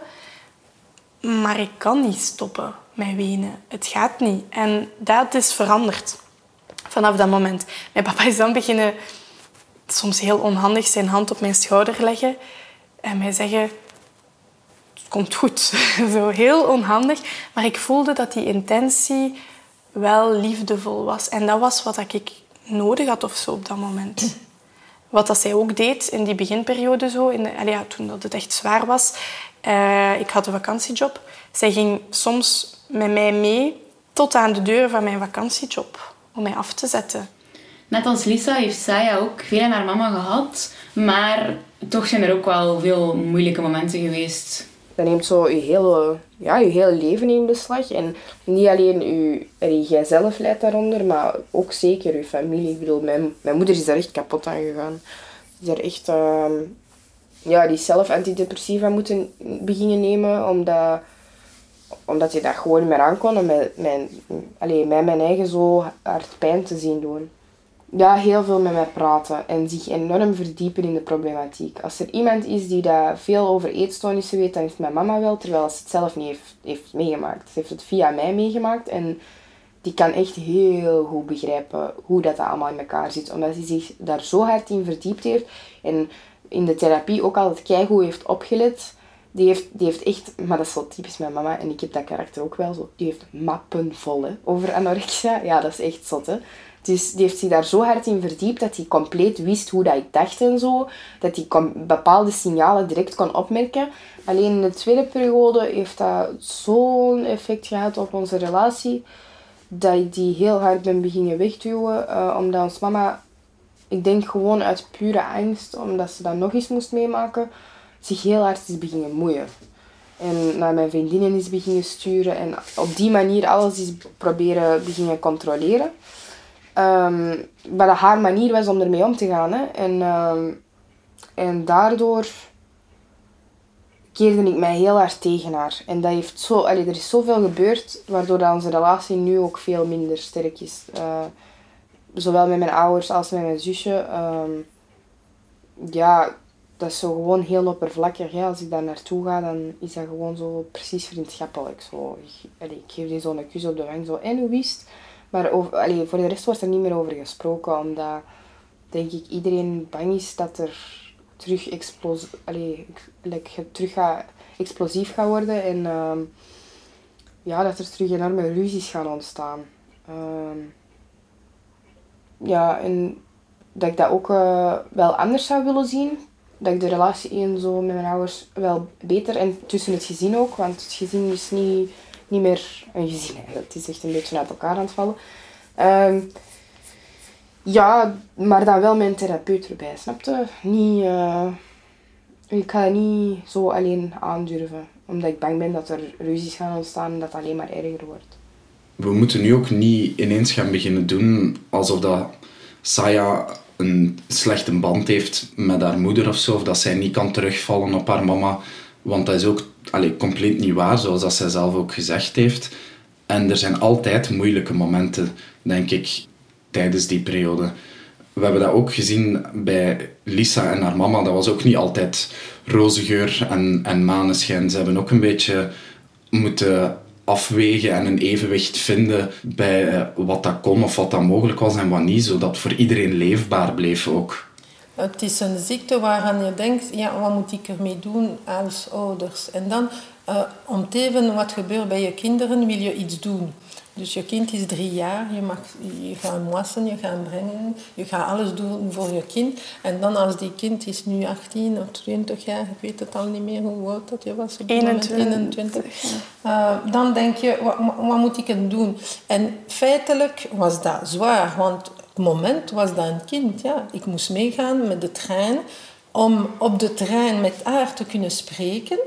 Maar ik kan niet stoppen met wenen. Het gaat niet. En dat is veranderd. Vanaf dat moment. Mijn papa is dan beginnen... Soms heel onhandig zijn hand op mijn schouder leggen. En mij zeggen... Het komt goed. Zo heel onhandig. Maar ik voelde dat die intentie wel liefdevol was. En dat was wat ik nodig had of zo op dat moment. Wat dat zij ook deed in die beginperiode, zo, toen dat het echt zwaar was. Ik had een vakantiejob. Zij ging soms met mij mee tot aan de deur van mijn vakantiejob. Om mij af te zetten.
Net als Lisa heeft Saya ook veel aan haar mama gehad. Maar toch zijn er ook wel veel moeilijke momenten geweest.
Dat neemt zo je hele leven in beslag. En niet alleen jijzelf leidt daaronder, maar ook zeker je familie. Ik bedoel, mijn moeder is daar echt kapot aan gegaan. Die is er echt... die is zelf antidepressiva moeten beginnen nemen, omdat je dat gewoon niet meer aankon. Om mijn eigen zo hard pijn te zien doen. Ja, heel veel met mij praten en zich enorm verdiepen in de problematiek. Als er iemand is die daar veel over eetstoornissen weet, dan is het mijn mama wel, terwijl ze het zelf niet heeft meegemaakt. Ze heeft het via mij meegemaakt en die kan echt heel goed begrijpen hoe dat allemaal in elkaar zit. Omdat hij zich daar zo hard in verdiept heeft en in de therapie ook altijd keigoed heeft opgelet. Die heeft echt, maar dat is zo typisch mijn mama en ik heb dat karakter ook wel zo, die heeft mappen vol over anorexia. Ja, dat is echt zot, hè. Dus die heeft zich daar zo hard in verdiept dat hij compleet wist hoe dat ik dacht en zo. Dat hij bepaalde signalen direct kon opmerken. Alleen in de tweede periode heeft dat zo'n effect gehad op onze relatie dat ik die heel hard ben beginnen wegduwen. Omdat ons mama, ik denk gewoon uit pure angst, omdat ze dat nog eens moest meemaken, zich heel hard is beginnen moeien. En naar mijn vriendinnen is beginnen sturen en op die manier alles is beginnen controleren. Maar dat haar manier was om ermee om te gaan. Hè. En daardoor keerde ik mij heel hard tegen haar. En dat heeft er is zoveel gebeurd, waardoor dat onze relatie nu ook veel minder sterk is. Zowel met mijn ouders als met mijn zusje. Dat is zo gewoon heel oppervlakkig. Ja. Als ik daar naartoe ga, dan is dat gewoon zo precies vriendschappelijk. Zo. Ik geef die zo'n kus op de wang. Zo. En hoe wist? Maar voor de rest wordt er niet meer over gesproken, omdat, denk ik, iedereen bang is dat er terug explosief gaat worden en dat er terug enorme ruzies gaan ontstaan. En dat ik dat ook wel anders zou willen zien. dat ik de relatie zo met mijn ouders wel beter... En tussen het gezin ook, want het gezin is niet meer een gezin eigenlijk. Het is echt een beetje uit elkaar aan het vallen. Ja, maar dan wel mijn therapeut erbij, snap je? Niet, ik ga dat niet zo alleen aandurven. Omdat ik bang ben dat er ruzies gaan ontstaan en dat het alleen maar erger wordt.
We moeten nu ook niet ineens gaan beginnen doen alsof dat Saya een slechte band heeft met haar moeder of zo. Of dat zij niet kan terugvallen op haar mama. Want dat is ook compleet niet waar, zoals dat zij zelf ook gezegd heeft. En er zijn altijd moeilijke momenten, denk ik, tijdens die periode. We hebben dat ook gezien bij Lisa en haar mama. Dat was ook niet altijd roze geur en maneschijn. Ze hebben ook een beetje moeten afwegen en een evenwicht vinden bij wat dat kon of wat dat mogelijk was en wat niet, zodat het voor iedereen leefbaar bleef ook.
Het is een ziekte waaraan je denkt, ja, wat moet ik ermee doen als ouders? En dan, om te even wat gebeurt bij je kinderen, wil je iets doen. Dus je kind is 3 jaar, je gaat wassen, je gaat brengen, je gaat alles doen voor je kind. En dan als die kind is nu 18 of 20 jaar, ik weet het al niet meer hoe oud dat je was. Op 21. Dan denk je, wat moet ik er doen? En feitelijk was dat zwaar, want het moment was dat een kind. Ja. Ik moest meegaan met de trein om op de trein met haar te kunnen spreken.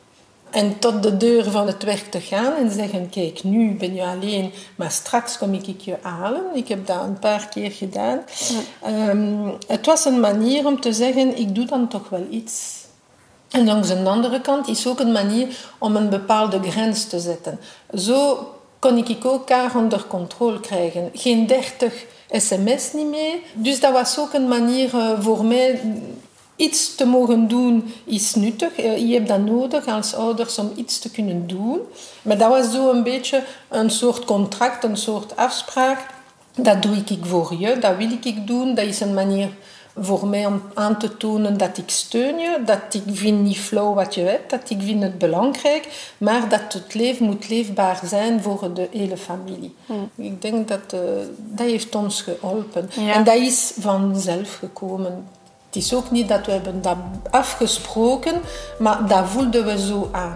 En tot de deur van het werk te gaan en zeggen, kijk, nu ben je alleen, maar straks kom ik je halen. Ik heb dat een paar keer gedaan. Ja. Het was een manier om te zeggen, ik doe dan toch wel iets. En langs de andere kant is ook een manier om een bepaalde grens te zetten. Zo kon ik ook haar onder controle krijgen. Geen 30 sms niet meer. Dus dat was ook een manier voor mij... Iets te mogen doen is nuttig. Je hebt dat nodig als ouders om iets te kunnen doen. Maar dat was zo een beetje een soort contract, een soort afspraak. Dat doe ik voor je, dat wil ik doen. Dat is een manier voor mij om aan te tonen dat ik steun je. Dat ik vind niet flauw wat je hebt, dat ik vind het belangrijk. Maar dat het leven moet leefbaar zijn voor de hele familie. Ik denk dat heeft ons geholpen. Ja. En dat is vanzelf gekomen. Het is ook niet dat we hebben dat afgesproken, maar dat voelden we zo aan.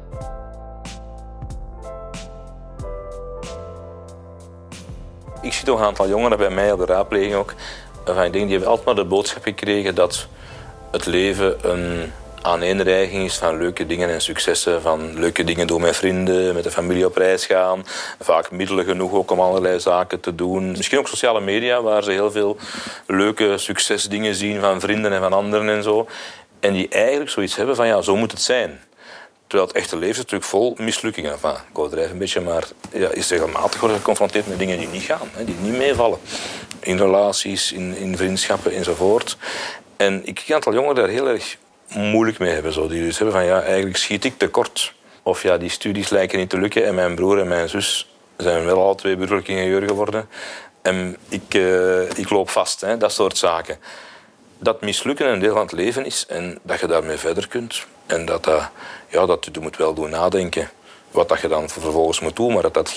Ik zie toch een aantal jongeren bij mij op de raadpleging ook. Ik denk, die hebben altijd maar de boodschap gekregen dat het leven een aaneenreiging is van leuke dingen en successen. Van leuke dingen doen met vrienden, met de familie op reis gaan. Vaak middelen genoeg ook om allerlei zaken te doen. Misschien ook sociale media, waar ze heel veel leuke succesdingen zien van vrienden en van anderen en zo. En die eigenlijk zoiets hebben van, ja, zo moet het zijn. Terwijl het echte leven is natuurlijk vol mislukkingen. Enfin, ik overdrijf een beetje, maar ja, is regelmatig worden geconfronteerd met dingen die niet gaan, die niet meevallen. In relaties, in vriendschappen enzovoort. En ik zie een aantal jongeren daar heel erg moeilijk mee hebben. Zo. Die dus hebben van, ja, eigenlijk schiet ik tekort. Of ja, die studies lijken niet te lukken. En mijn broer en mijn zus zijn wel alle 2 burgerlijk ingenieur geworden. En ik loop vast, hè, dat soort zaken. Dat mislukken een deel van het leven is en dat je daarmee verder kunt. En dat je moet wel doen nadenken wat dat je dan vervolgens moet doen, maar dat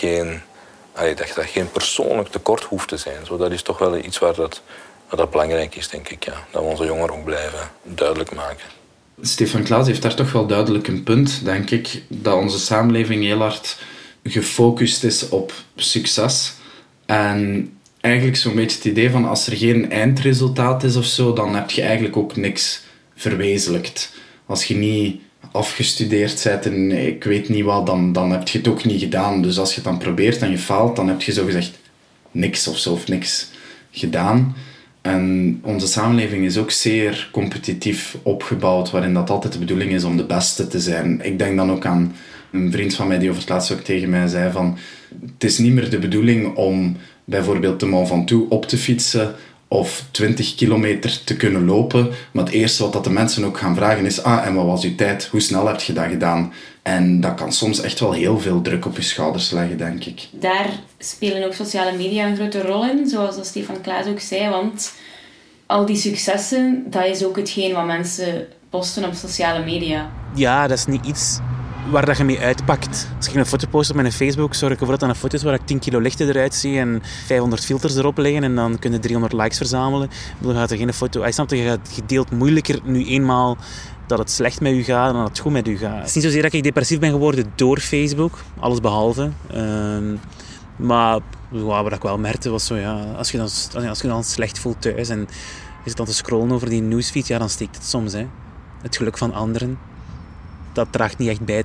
geen persoonlijk tekort hoeft te zijn. Zo, dat is toch wel iets waar dat belangrijk is, denk ik. Ja. Dat we onze jongeren ook blijven duidelijk maken.
Stefan Klaas heeft daar toch wel duidelijk een punt, denk ik, dat onze samenleving heel hard gefocust is op succes. En eigenlijk zo'n beetje het idee van als er geen eindresultaat is of zo, dan heb je eigenlijk ook niks verwezenlijkt. Als je niet afgestudeerd bent en ik weet niet wat, dan heb je het ook niet gedaan. Dus als je het dan probeert en je faalt, dan heb je zogezegd niks of zo, of niks gedaan. En onze samenleving is ook zeer competitief opgebouwd, waarin dat altijd de bedoeling is om de beste te zijn. Ik denk dan ook aan een vriend van mij die over het laatst ook tegen mij zei van, het is niet meer de bedoeling om bijvoorbeeld de Mont Ventoux op te fietsen of 20 kilometer te kunnen lopen. Maar het eerste wat dat de mensen ook gaan vragen is, en wat was uw tijd? Hoe snel heb je dat gedaan? En dat kan soms echt wel heel veel druk op je schouders leggen, denk ik.
Daar spelen ook sociale media een grote rol in, zoals Stefan Klaas ook zei. Want al die successen, dat is ook hetgeen wat mensen posten op sociale media.
Ja, dat is niet iets waar dat je mee uitpakt. Als ik een foto post op mijn Facebook, zorg ik ervoor dat dat een foto is waar ik 10 kilo lichten eruit zie en 500 filters erop leggen en dan kun je 300 likes verzamelen. Dan gaat er geen foto... Je deelt moeilijker nu eenmaal dat het slecht met u gaat dan dat het goed met u gaat. Het is niet zozeer dat ik depressief ben geworden door Facebook, alles behalve. Maar wat ik wel merkte was zo, ja, als je dan slecht voelt thuis en je zit dan te scrollen over die newsfeed, ja, dan steekt het soms. Hè. Het geluk van anderen, dat draagt niet echt bij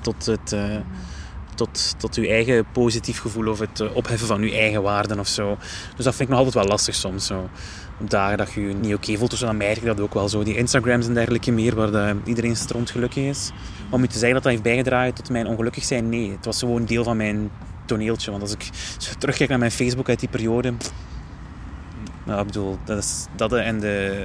tot uw eigen positief gevoel of het opheffen van uw eigen waarden of zo. Dus dat vind ik nog altijd wel lastig soms. Zo. Op dagen dat je je niet oké voelt, dus dan merk ik dat ook wel zo. Die Instagrams en dergelijke meer, waar iedereen strontgelukkig is. Maar om je te zeggen dat dat heeft bijgedragen tot mijn ongelukkig zijn, nee. Het was gewoon deel van mijn toneeltje. Want als ik zo terugkijk naar mijn Facebook uit die periode... Nou, ik bedoel, dat is dat en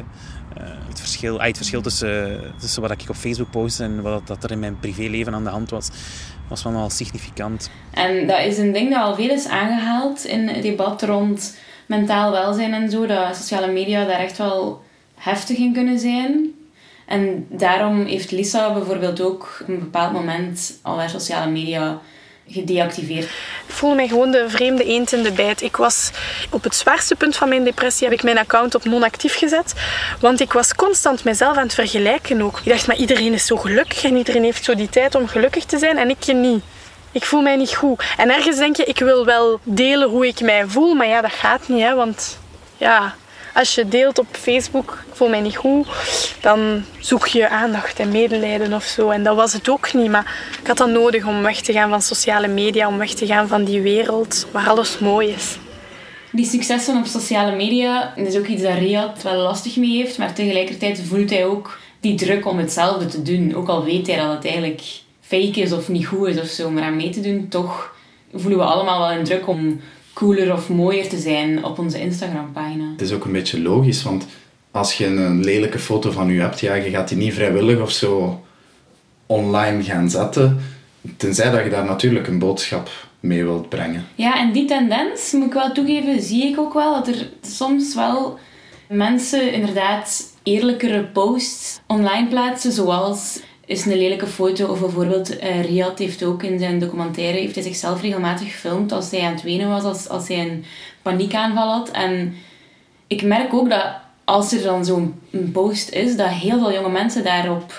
het verschil tussen wat ik op Facebook post en wat er in mijn privéleven aan de hand was wel nogal significant.
En dat is een ding dat al veel is aangehaald in het debat rond mentaal welzijn en zo, dat sociale media daar echt wel heftig in kunnen zijn. En daarom heeft Lisa bijvoorbeeld ook op een bepaald moment al haar sociale media gedeactiveerd.
Ik voelde mij gewoon de vreemde eend in de bijt. Ik was op het zwaarste punt van mijn depressie, heb ik mijn account op non-actief gezet. Want ik was constant mezelf aan het vergelijken ook. Ik dacht, maar iedereen is zo gelukkig en iedereen heeft zo die tijd om gelukkig te zijn en ik niet. Ik voel mij niet goed. En ergens denk je, ik wil wel delen hoe ik mij voel, maar ja, dat gaat niet, hè, want ja... Als je deelt op Facebook, ik voel mij niet goed, dan zoek je aandacht en medelijden of zo. En dat was het ook niet, maar ik had dat nodig om weg te gaan van sociale media, om weg te gaan van die wereld waar alles mooi is.
Die successen op sociale media, dat is ook iets dat Riyad wel lastig mee heeft, maar tegelijkertijd voelt hij ook die druk om hetzelfde te doen. Ook al weet hij dat het eigenlijk fake is of niet goed is of zo, maar aan mee te doen, toch voelen we allemaal wel een druk om cooler of mooier te zijn op onze Instagram-pagina.
Het is ook een beetje logisch, want als je een lelijke foto van je hebt, ja, je gaat die niet vrijwillig of zo online gaan zetten, tenzij dat je daar natuurlijk een boodschap mee wilt brengen.
Ja, en die tendens, moet ik wel toegeven, zie ik ook wel, dat er soms wel mensen inderdaad eerlijkere posts online plaatsen, zoals is een lelijke foto, of bijvoorbeeld Riyad heeft ook in zijn documentaire heeft hij zichzelf regelmatig gefilmd als hij aan het wenen was, als hij een paniekaanval had. En ik merk ook dat als er dan zo'n post is, dat heel veel jonge mensen daarop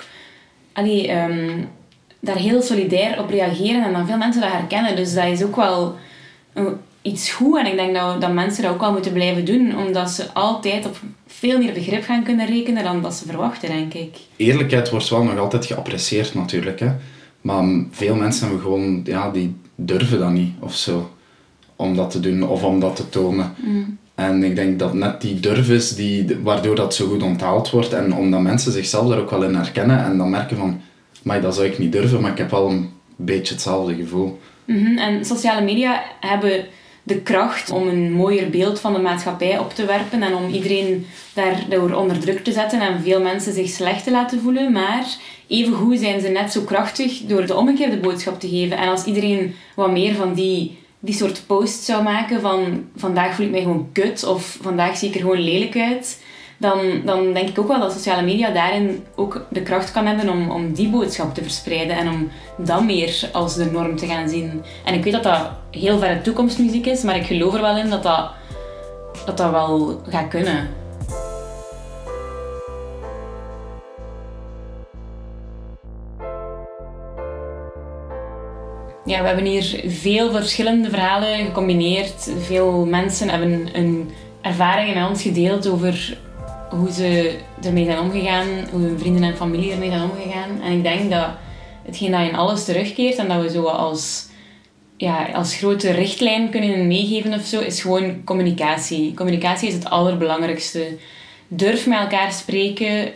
daar heel solidair op reageren en dan veel mensen dat herkennen. Dus dat is ook wel iets goed en ik denk dat mensen dat ook wel moeten blijven doen, omdat ze altijd op veel meer begrip gaan kunnen rekenen dan dat ze verwachten, denk ik.
Eerlijkheid wordt wel nog altijd geapprecieerd natuurlijk, hè. Maar veel mensen hebben gewoon, ja, die durven dat niet of zo, om dat te doen of om dat te tonen. En ik denk dat net die durf is waardoor dat zo goed onthaald wordt en omdat mensen zichzelf daar ook wel in herkennen en dan merken van, maar dat zou ik niet durven, maar ik heb wel een beetje hetzelfde gevoel.
En sociale media hebben de kracht om een mooier beeld van de maatschappij op te werpen en om iedereen daardoor onder druk te zetten en veel mensen zich slecht te laten voelen. Maar evengoed zijn ze net zo krachtig door de omgekeerde boodschap te geven. En als iedereen wat meer van die soort posts zou maken van vandaag voel ik mij gewoon kut of vandaag zie ik er gewoon lelijk uit, dan denk ik ook wel dat sociale media daarin ook de kracht kan hebben om die boodschap te verspreiden en om dat meer als de norm te gaan zien. En ik weet dat dat heel verre toekomstmuziek is, maar ik geloof er wel in dat wel gaat kunnen. Ja, we hebben hier veel verschillende verhalen gecombineerd. Veel mensen hebben een ervaringen met ons gedeeld over hoe ze ermee zijn omgegaan, hoe hun vrienden en familie ermee zijn omgegaan. En ik denk dat hetgeen dat in alles terugkeert en dat we zo als grote richtlijn kunnen meegeven of zo, is gewoon communicatie. Communicatie is het allerbelangrijkste. Durf met elkaar spreken.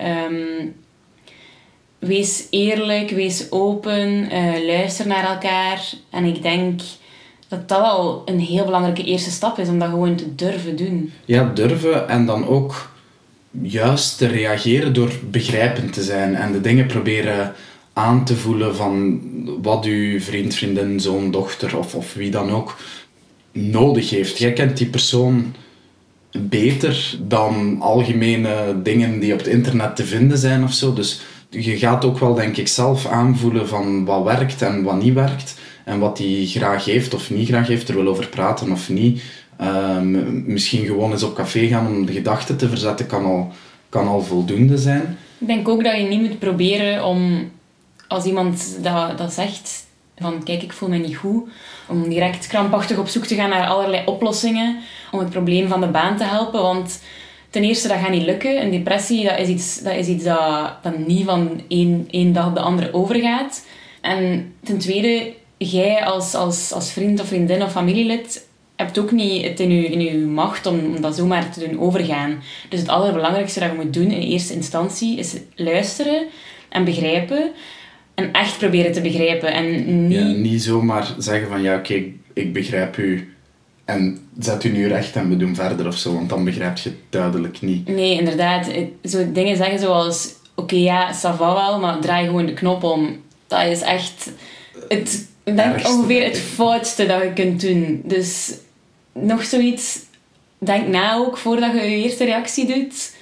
Wees eerlijk, wees open, luister naar elkaar. En ik denk dat dat al een heel belangrijke eerste stap is om dat gewoon te durven doen. Ja,
durven en dan ook juist te reageren door begrijpend te zijn en de dingen proberen aan te voelen van wat uw vriend, vriendin, zoon, dochter of wie dan ook nodig heeft. Jij kent die persoon beter dan algemene dingen die op het internet te vinden zijn of zo. Dus je gaat ook wel, denk ik, zelf aanvoelen van wat werkt en wat niet werkt. En wat hij graag heeft of niet graag heeft, er wil over praten of niet. Misschien gewoon eens op café gaan om de gedachten te verzetten kan al voldoende zijn.
Ik denk ook dat je niet moet proberen om, als iemand dat zegt, van kijk, ik voel me niet goed, om direct krampachtig op zoek te gaan naar allerlei oplossingen om het probleem van de baan te helpen. Want ten eerste, dat gaat niet lukken. Een depressie, dat is iets dat niet van één dag op de andere overgaat. En ten tweede, jij als vriend of vriendin of familielid hebt ook niet het in je macht om dat zomaar te doen overgaan. Dus het allerbelangrijkste dat je moet doen in eerste instantie is luisteren en begrijpen. En echt proberen te begrijpen. En
niet zomaar zeggen van ja, oké, ik begrijp u en zet u nu recht en we doen verder of zo, want dan begrijp je het duidelijk niet.
Nee, inderdaad. Zo dingen zeggen zoals oké, ja, ça va wel, maar draai gewoon de knop om. Dat is echt ongeveer het foutste dat je kunt doen. Dus nog zoiets, denk na ook voordat je je eerste reactie doet.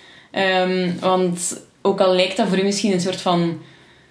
Want ook al lijkt dat voor u misschien een soort van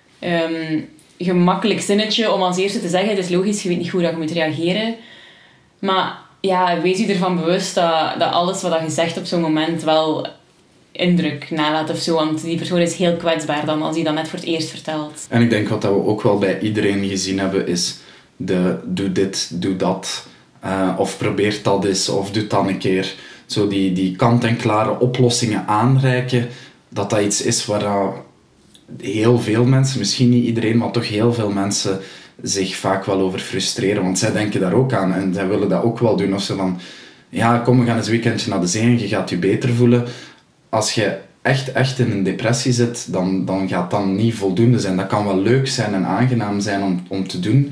gemakkelijk zinnetje om als eerste te zeggen, het is logisch, je weet niet hoe dat je moet reageren. Maar ja, wees je ervan bewust dat alles wat je zegt op zo'n moment wel indruk nalaat of zo. Want die persoon is heel kwetsbaar dan als hij dat net voor het eerst vertelt.
En ik denk wat we ook wel bij iedereen gezien hebben is doe dit, doe dat. Of probeer dat eens, of doe dat een keer. Zo die kant-en-klare oplossingen aanreiken, dat iets is waar heel veel mensen, misschien niet iedereen, maar toch heel veel mensen zich vaak wel over frustreren. Want zij denken daar ook aan en zij willen dat ook wel doen. Of ze van, ja, kom, we gaan eens een weekendje naar de zee en je gaat je beter voelen. Als je echt in een depressie zit, dan gaat dat niet voldoende zijn. Dat kan wel leuk zijn en aangenaam zijn om te doen.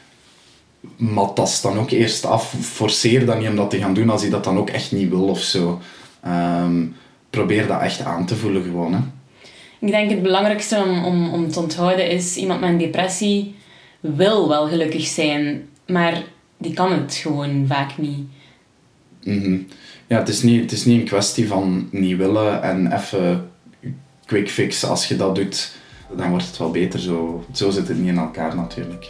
Maar dat is dan ook eerst af. Forceer dat niet om dat te gaan doen als je dat dan ook echt niet wil of zo. Probeer dat echt aan te voelen gewoon. Hè.
Ik denk het belangrijkste om te onthouden is, iemand met een depressie wil wel gelukkig zijn, maar die kan het gewoon vaak niet.
Mm-hmm. Ja, het is niet een kwestie van niet willen en even quick fix. Als je dat doet, dan wordt het wel beter. Zo zit het niet in elkaar natuurlijk.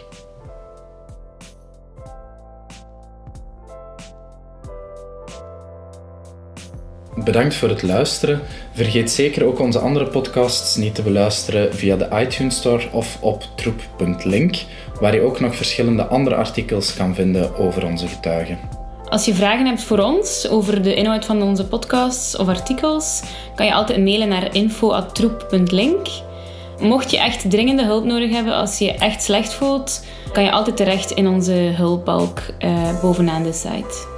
Bedankt voor het luisteren. Vergeet zeker ook onze andere podcasts niet te beluisteren via de iTunes Store of op troep.link, waar je ook nog verschillende andere artikels kan vinden over onze getuigen.
Als je vragen hebt voor ons over de inhoud van onze podcasts of artikels, kan je altijd mailen naar info@troep.link. Mocht je echt dringende hulp nodig hebben als je je echt slecht voelt, kan je altijd terecht in onze hulpbalk bovenaan de site.